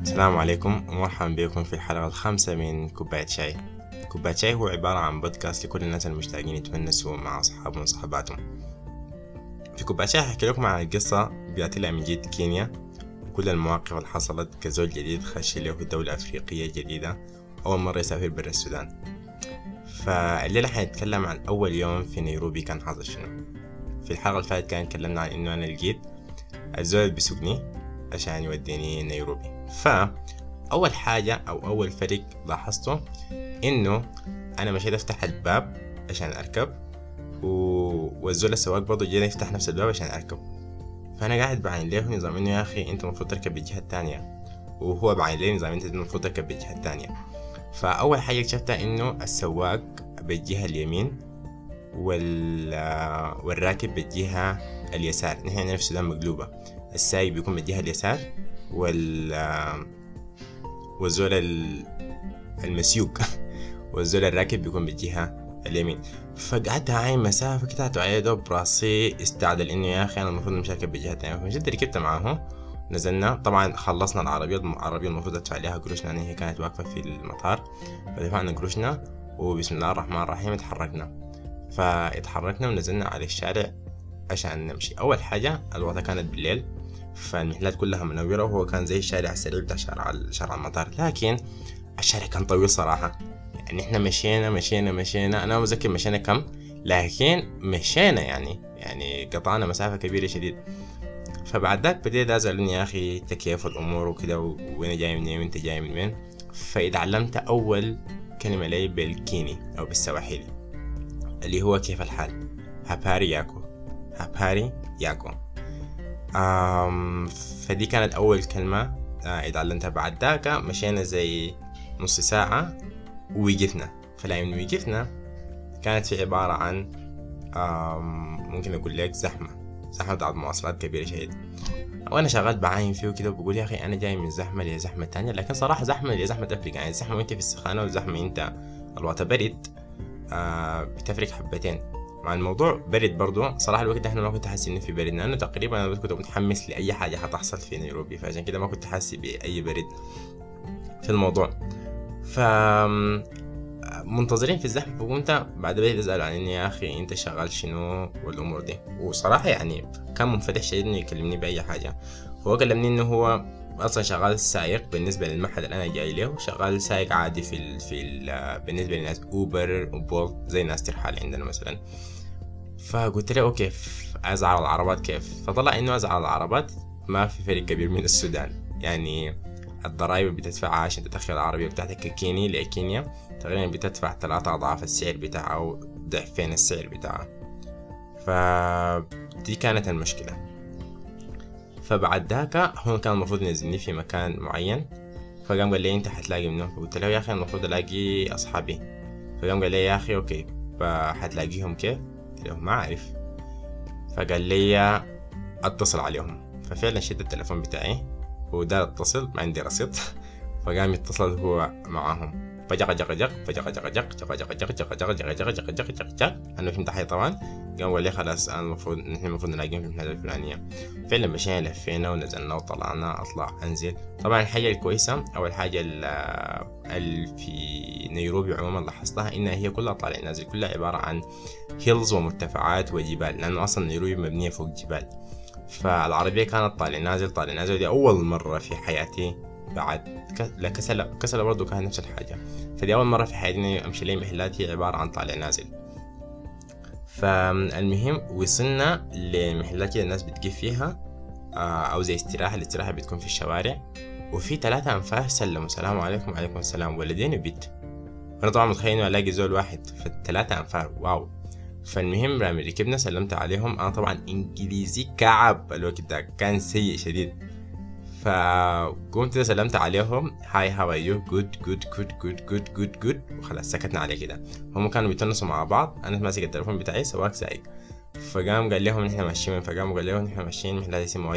السلام عليكم ومرحبا بكم في الحلقة الخامسة من كوباية شاي. كوباية شاي هو عبارة عن بودكاست لكل الناس المشتاقين يتونسوا مع أصحابهم وصحباتهم. في كوباية شاي هحكي لكم عن القصة بيأتي لها من جيت كينيا، وكل المواقف اللي حصلت كزول جديد خش له دولة أفريقية جديدة أول مرة يسافر برا السودان. فالليلة حنتكلم عن أول يوم في نيروبي كان حاصل شنو. في الحلقة اللي فاتت كان اتكلمنا عن إنه أنا لقيت الزول اللي بيسوقني عشان يوديني نيروبي. فأول حاجة أو أول فرق لاحظته إنه أنا مشيت أفتح الباب عشان أركب والزول السواق برضه جاي يفتح نفس الباب عشان أركب. فأنا قاعد بعين له نظام إنه يا أخي أنت المفروض تركب بالجهة التانية، وهو بعين لي نظام أنت المفروض تركب بالجهة التانية. فأول حاجة اكتشفتها إنه السواق بالجهة اليمين والراكب بالجهة اليسار. نحن هنا في السودان مقلوبة، السايق بيكون بالجهة اليسار والزول المسيوق والزول الراكب بيكون بالجهة اليمين. فقعدت عاين مسافة كده على دوب راسي استعدل انه يا اخي انا المفروض مش راكب بالجهة التانية. فجد ركبت معاه، نزلنا. طبعا خلصنا العربية المفروض ادفع لها قروشنا لان هي كانت واقفة في المطار، فدفعنا قروشنا وبسم الله الرحمن الرحيم اتحركنا ونزلنا على الشارع عشان نمشي. اول حاجة الوقت كانت بالليل، فالمحلات كلها منورة، وهو كان زي الشارع السريع بتاع شارع المطار، لكن الشارع كان طويل صراحة. يعني احنا مشينا انا متذكر مشينا كم، لكن مشينا يعني قطعنا مسافة كبيرة شديد. فبعد ذاك بديت أسألني يا أخي انت كيف الأمور وكده، وين جاي منين وانت جاي من وين. فاتعلمت أول كلمة لي بالكيني أو بالسواحيلي اللي هو كيف الحال، هاباري ياكو. فدي كانت أول كلمة اتعلمتها. بعد ذاك مشينا زي نص ساعة ووقفنا. فلما وقفنا كانت في عبارة عن ممكن أقول لك زحمة بتاعت مواصلات كبيرة شديد. وأنا شغال بعاين فيه كده وبقول يا أخي أنا جاي من زحمة لزحمة تانية، لكن صراحة زحمة لزحمة أفريقيا. يعني زحمة وأنت في السخانة وزحمة أنت الوقت برد بتفرق حبتين. مع الموضوع برد برضو صراحة. الوقت ده احنا ما كنت حاسس انه في برد، لانه تقريبا انا كنت متحمس لاي حاجة هتحصل في نيروبي، فعشان كده ما كنت حاسس باي برد في الموضوع. ف منتظرين في الزحمة، فقمت بعد بديت اسأل عن اني يا اخي انت شغال شنو والامور دي. وصراحة يعني كان منفتح شديد انه يكلمني باي حاجة. فهو كلمني انه هو اصلا شغال سائق بالنسبه للمحل اللي انا جاي له، شغال سائق عادي بالنسبه للناس اوبر وبولت زي ناس ترحال عندنا مثلا. فقلت له اوكي ازعل العربات كيف. فطلع انه ازعل العربات ما في فرق كبير من السودان. يعني الضرائب بتدفعها عشان تدخل العربيه بتاعتك ككيني لكينيا تقريبا بتدفع 3 أضعاف السعر بتاعها او ضعفين السعر بتاعها. فدي كانت المشكله. فبعد ذاك هو كان المفروض ينزلني في مكان معين، فقام قال لي انت حتلاقي منه. فقلت له يا اخي المفروض الاقي اصحابي. فقام قال لي يا اخي اوكي فحتلاقيهم كيف؟ قلت له ما اعرف. فقال لي اتصل عليهم. ففعلا شدت التليفون بتاعي ودار اتصل، ما عندي رصيد. فقام يتصل هو معاهم، فجق جق جق فجق جق جق جق جق جق جق جق جق جق جق جق جق جق. انا فهمت حي طبعا. قام قال لي خلاص انا نحن المفروض نلاقيهم في المحلات الفلانيه. فعلا مشينا لفينا ونزلنا وطلعنا اطلع انزل. طبعا الحاجه الكويسه او الحاجه اللي في نيروبي عموما لاحظتها انها هي كلها طالع نازل، كلها عباره عن هيلز ومرتفعات وجبال، لانه اصلا نيروبي مبنيه فوق جبال. فالعربيه كانت طالع نازل ودي اول مره في حياتي. بعد كسلة برضو كان نفس الحاجة. فدي أول مرة في حياتي إني أمشي لي محلات هي عبارة عن طالع نازل. فالمهم وصلنا لمحلات كده الناس بتجيب فيها أو زي الاستراحة بتكون في الشوارع، وفي 3 أنفار سلموا السلام عليكم وعليكم السلام، ولدين وبنت. أنا طبعا متخيل إنه ألاقي زول واحد في 3 أنفار، واو. فالمهم لما ركبنا سلمت عليهم. أنا طبعا إنجليزي كعب الوقت ده كان سيء شديد. فقمت سلمت عليهم هاي هاو ار يو جود وخلاص سكتنا عليه كده. هم كانوا بيتنسوا مع بعض، انا ماسك التليفون بتاعي سواق سايق. فقام قال لهم نحن ماشيين، فقاموا قال لهم نحن ماشيين محل اسمه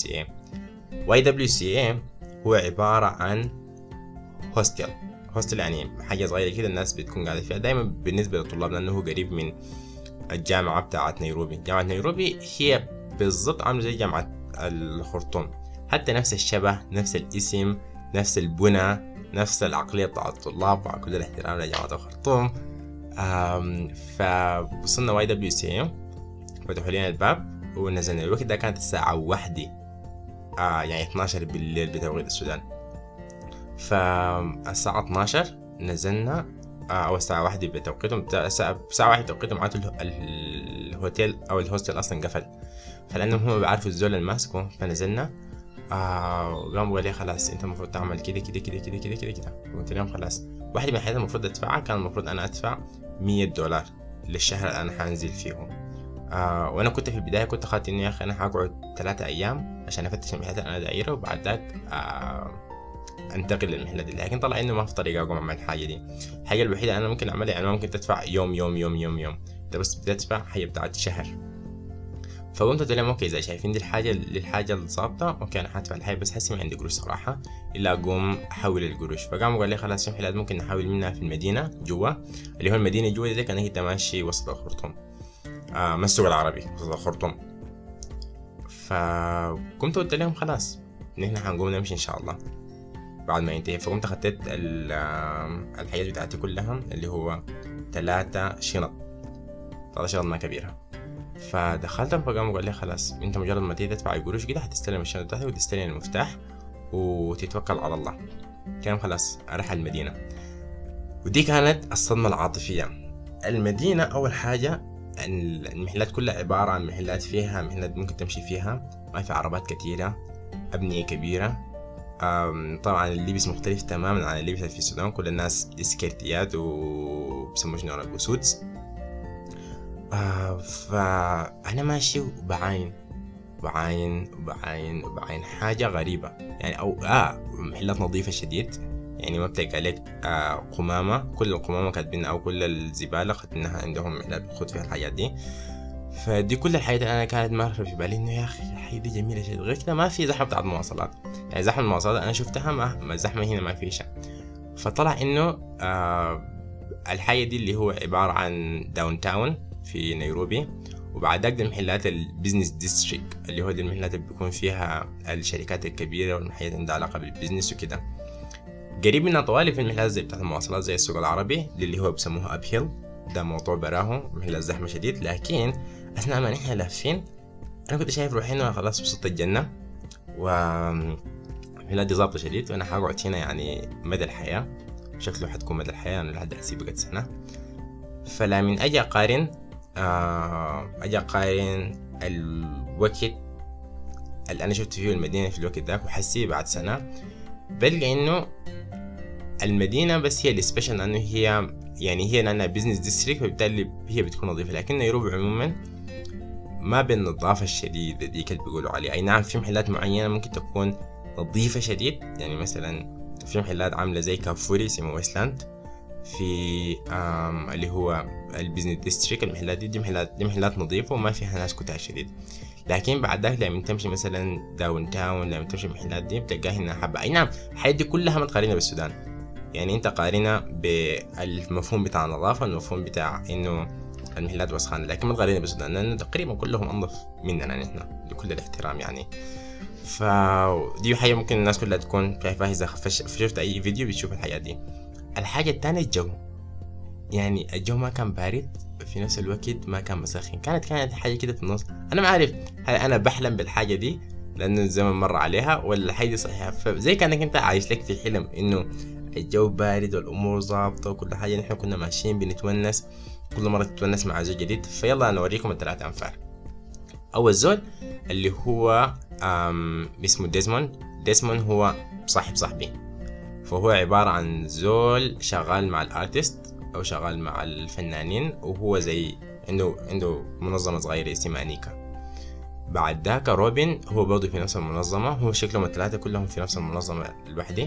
YWCA هو عبارة عن هوستل يعني حاجة صغيرة كده الناس بتكون قاعدة فيها دايما بالنسبة للطلاب، لأنه قريب من الجامعة بتاعت نيروبي. جامعة نيروبي هي بالضبط عاملة زي جامعة الخرطوم، حتى نفس الشبه نفس الاسم نفس البنى، نفس العقلية بتاع الطلاب، مع كل الاحترام لجامعة الخرطوم. فوصلنا YWCA، فتحوا لنا الباب ونزلنا. الوقت ده كانت الساعة 1 يعني 12 بالليل بتوقيت السودان. فالساعة 12 نزلنا، أو الساعة 1 بتوقيتهم، الساعة 1 بتوقيتهم معناته الهوتيل أو الهوستل أصلا قفل، فلأنهم هم بيعرفوا الزول الماسكه. فنزلنا قاموا قال لي خلاص أنت المفروض تعمل كده كده كده كده كده كده كده. قلت لهم خلاص. واحدة من الحاجات المفروض أدفعها كان المفروض أنا أدفع $100 للشهر اللي أنا حنزل فيهم. وانا كنت في البدايه كنت اخدت انه يا اخي انا هقعد 3 ايام عشان افتش المحلات اللي انا دايره، وبعد ذاك انتقل للمحلات دي. لكن طلع انه ما في طريقه اقوم اعمل الحاجه دي. الحاجه الوحيده انا ممكن اعملها يعني ممكن تدفع يوم يوم يوم يوم يوم، انت بس بتدفع حاجه بتاعت شهر. فقمت قلت لهم اوكي اذا شايفين دي الحاجه للحاجه الظابطه اوكي انا هدفع الحاجه، بس حسي ما عندي قروش صراحه الا اقوم احول القروش. فقاموا قال لي خلاص في محلات ممكن نحاول منها في المدينه جوا، اللي هو المدينه جوا دي كان انت ماشي وسط الخرطوم، ما السوق العربي وسط الخرطوم. فقمت قلت لهم خلاص نحن هنقوم نمشي ان شاء الله بعد ما ينتهي. فقمت اخدت الحاجات بتاعتي كلها اللي هو 3 شنط ما كبيرة. فدخلتهم فقاموا قال لي خلاص انت مجرد ما تيجي تدفع القروش كده هتستلم الشنطة بتاعتك وتستلم المفتاح وتتوكل على الله. كان خلاص اروح المدينة. ودي كانت الصدمة العاطفية. المدينة اول حاجة المحلات كلها عبارة عن محلات فيها محلات ممكن تمشي فيها، ما في عربات كتيرة، أبنية كبيرة. طبعا اللبس مختلف تماما عن اللبس في السودان، كل الناس سكرتيات وبسموه شنو بسوتس. فأنا ماشي وبعاين حاجة غريبة يعني، أو محلات نظيفة شديد يعني ما بتلقى عليك قمامة، كل القمامة كاتبين أو كل الزبالة خدناها عندهم محلات بتخد فيها الحاجات دي. فدي كل الحاجات اللي أنا كانت مرة في بالي إنه يا أخي الحاجة دي جميلة شديد. غير كده ما في زحمة بتاعت مواصلات، يعني زحمة المواصلات أنا شفتها ما الزحمة هنا ما فيش. فطلع إنه الحاجة دي اللي هو عبارة عن داون تاون في نيروبي، وبعد ذاك دي محلات البيزنس ديستريكت اللي هو دي المحلات اللي بيكون فيها الشركات الكبيرة والمحلات اللي عندها علاقة بالبيزنس وكده. قريب منها طوالي في المحلات زي بتاعت المواصلات زي السوق العربي اللي هو بسموه اب هيل، ده موضوع براهو محلات زحمة شديد. لكن أثناء ما نحن لافين أنا كنت شايف روحي إنه خلاص وصلت الجنة، والمحلات دي ظابطة شديد، وأنا هقعد هنا يعني مدى الحياة، شكله حتكون مدى الحياة أنا لحد حسي بقت سنة. فلا من أجي أقارن الوقت اللي أنا شفت فيه المدينة في الوقت ذاك وحسي بعد سنة، بلقى إنه المدينة بس هي السبيشال لأنه هي يعني هي لأنها بيزنس ديستريكت فبالتالي هي بتكون نظيفة. لكن نيروبي عموما ما بالنظافة الشديدة ديك اللي بيقولوا عليها. أي نعم في محلات معينة ممكن تكون نظيفة شديد، يعني مثلا في محلات عاملة زي كافوري اسمه ويستلاند في اللي هو البيزنس ديستريكت. المحلات دي محلات نظيفة وما فيها ناس كتار شديد. لكن بعد ذاك لما تمشي مثلا داون تاون، لما تمشي المحلات دي بتلقاها انها حبة. اي نعم الحاجات دي كلها ما تقارنها بالسودان، يعني انت قارنها بالمفهوم بتاع النظافة، المفهوم بتاع انه المحلات وسخانة، لكن ما تقارنها بالسودان لانه تقريبا كلهم انظف مننا نحن بكل الاحترام يعني. فدي حاجة ممكن الناس كلها تكون شايفاها اذا شفت اي فيديو بتشوف الحاجات دي. الحاجة الثانية الجو، يعني الجو ما كان بارد في نفس الوقت ما كان مسخن، كانت حاجة كده في النص. أنا ما عارف هل أنا بحلم بالحاجة دي لأنه الزمن مر عليها ولا الحاجة دي صحيحة. فزي كأنك أنت عايش لك في حلم إنه الجو بارد والأمور ظابطة وكل حاجة، نحن كنا ماشيين بنتونس، كل مرة تتونس مع زوج جديد. فيلا أنا أوريكم ال3 أنفار. أول زول اللي هو اسمه ديزموند هو صاحبي، فهو عبارة عن زول شغال مع الارتست او شغال مع الفنانين، وهو زي عنده منظمة صغيرة اسمها انيكا. بعد ذاك روبن هو برضه في نفس المنظمة، هو شكلهم ال3 كلهم في نفس المنظمة الوحدة.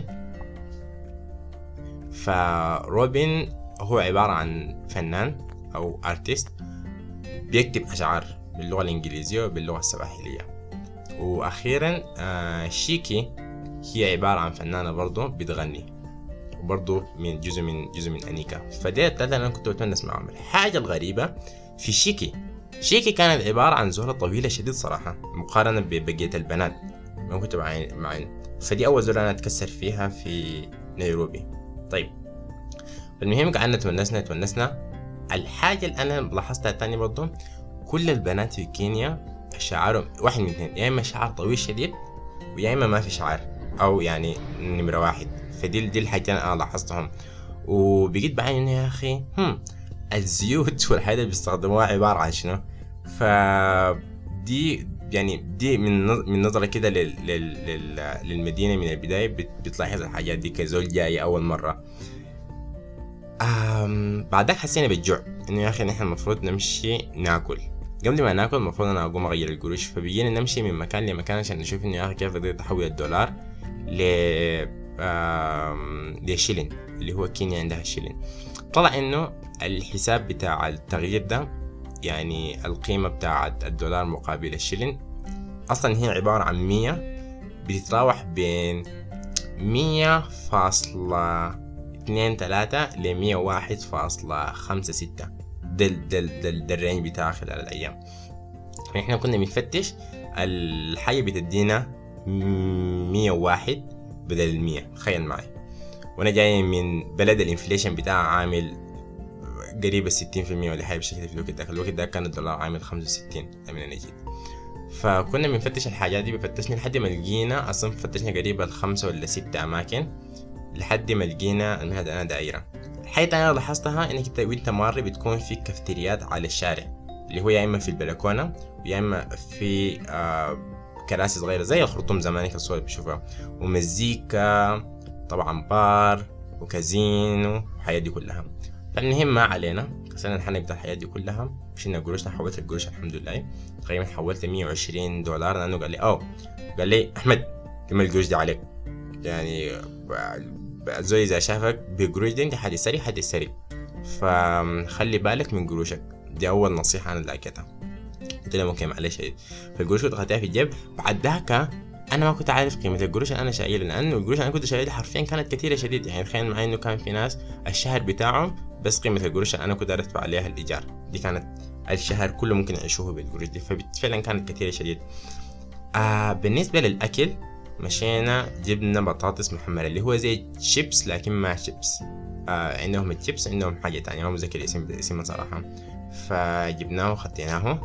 فروبن هو عبارة عن فنان او ارتست بيكتب اشعار باللغة الانجليزية وباللغة السواحلية. واخيرا شيكي هي عبارة عن فنانة برضو بتغني وبرضو من جزء من أنيكا. فدي الثلاثة أنا كنت بتونس معهم. الحاجة الغريبة في شيكي كانت عبارة عن زهرة طويلة شديد صراحة مقارنة ببقية البنات. ما كنت معين. فدي أول زول أنا أتكسر فيها في نيروبي. طيب المهم قعدنا تونسنا. الحاجة اللي أنا لاحظتها تاني برضو، كل البنات في كينيا شعرهم واحد من اثنين، يا إما شعر طويل شديد ويا إما ما في شعر، أو يعني نمرة واحد. فدي الحاجتين أنا لاحظتهم. وبقيت بعين إنه يا أخي الزيوت والحاجات اللي بيستخدموها عبارة عن شنو. فدي يعني دي من نظرة كده للمدينة من البداية بتلاحظ الحاجات دي كزول جاي أول مرة. بعدك حسينا بالجوع، إنه يا أخي نحن المفروض نمشي ناكل. قبل ما ناكل المفروض أنا أقوم أغير القروش، فبيجينا نمشي من مكان لمكان عشان نشوف إنه يا أخي كيف نقدر نحول الدولار لشيلين، اللي هو كينيا عندها شيلين. طلع إنه الحساب بتاع التغيير ده، يعني القيمة بتاعة الدولار مقابل الشيلين أصلا هي عبارة عن 100، بتتراوح بين 100.23 ل 101.56. ده الرينج بتاعها خلال الأيام. فإحنا كنا بنفتش الحاجة بتدينا 101 بدل 100. تخيل معي، وأنا جاي من بلد الانفليشن بتاعها عامل قريب 60% ولا حاجة بشكل. في الوقت ده كان الدولار عامل 65 من أنا جيت. فكنا بنفتش الحاجات دي، بفتشنا لحد ما لقينا أصلا فتشنا قريب 5 ولا 6 أماكن لحد ما لقينا إن هذا أنا دائرة. الحاجة أنا لاحظتها إنك أنت وأنت ماري بتكون في كافتريات على الشارع، اللي هو يا إما في البلكونة ويا إما في كراسي صغيرة زي الخرطوم زمانك الصور بشوفها، ومزيكا طبعا، بار وكازينو والحاجات دي كلها. فالمهم ما علينا، كسرنا الحنة بتاع الحاجات دي كلها، مشينا قروشنا. حولت القروش الحمد لله، تقريبا حولت 120 دولار. لأنه قال لي أحمد كم القروش دي عليك، يعني الزول إذا شافك بقروش دي أنت حتسرق، فخلي بالك من قروشك. دي أول نصيحة أنا لقيتها. قلت له ممكن معلش. فالقروش كنت أخدتها في الجيب. بعد ذاك انا ما كنت عارف قيمه القروش اللي انا شايلها، لانه القروش انا كنت شايلها حرفيا كانت كثيره شديد. يعني تخيل معي انه كان في ناس الشهر بتاعهم بس قيمه القروش اللي انا كنت ادفع عليها الايجار دي كانت الشهر كله ممكن يعيشوه بالقروش دي. ففعلا كانت كثيره شديد. بالنسبه للاكل مشينا جبنا بطاطس محمره اللي هو زي شيبس لكن ما شيبس. عندهم الشيبس، عندهم حاجه تانية ما متذكر اسمها صراحه. فجبناه وخطيناه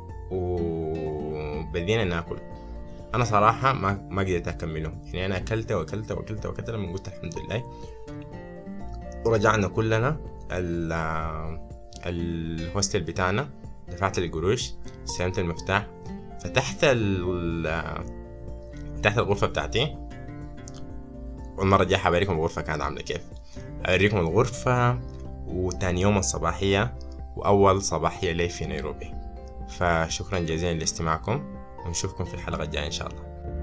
وبدينا ناكل. انا صراحه ما قدرت اكمله، يعني انا اكلت لما قلت الحمد لله. ورجعنا كلنا الهوستل بتاعنا، دفعت القروش، استلمت المفتاح، فتحت الغرفه بتاعتي. والمره الجايه حباريكم الغرفه كانت عامله كيف. اوريكم الغرفه وتاني يوم الصباحيه واول صباحيه لي في نيروبي. فشكرا جزيلا لاستماعكم، ونشوفكم في الحلقة الجاية إن شاء الله.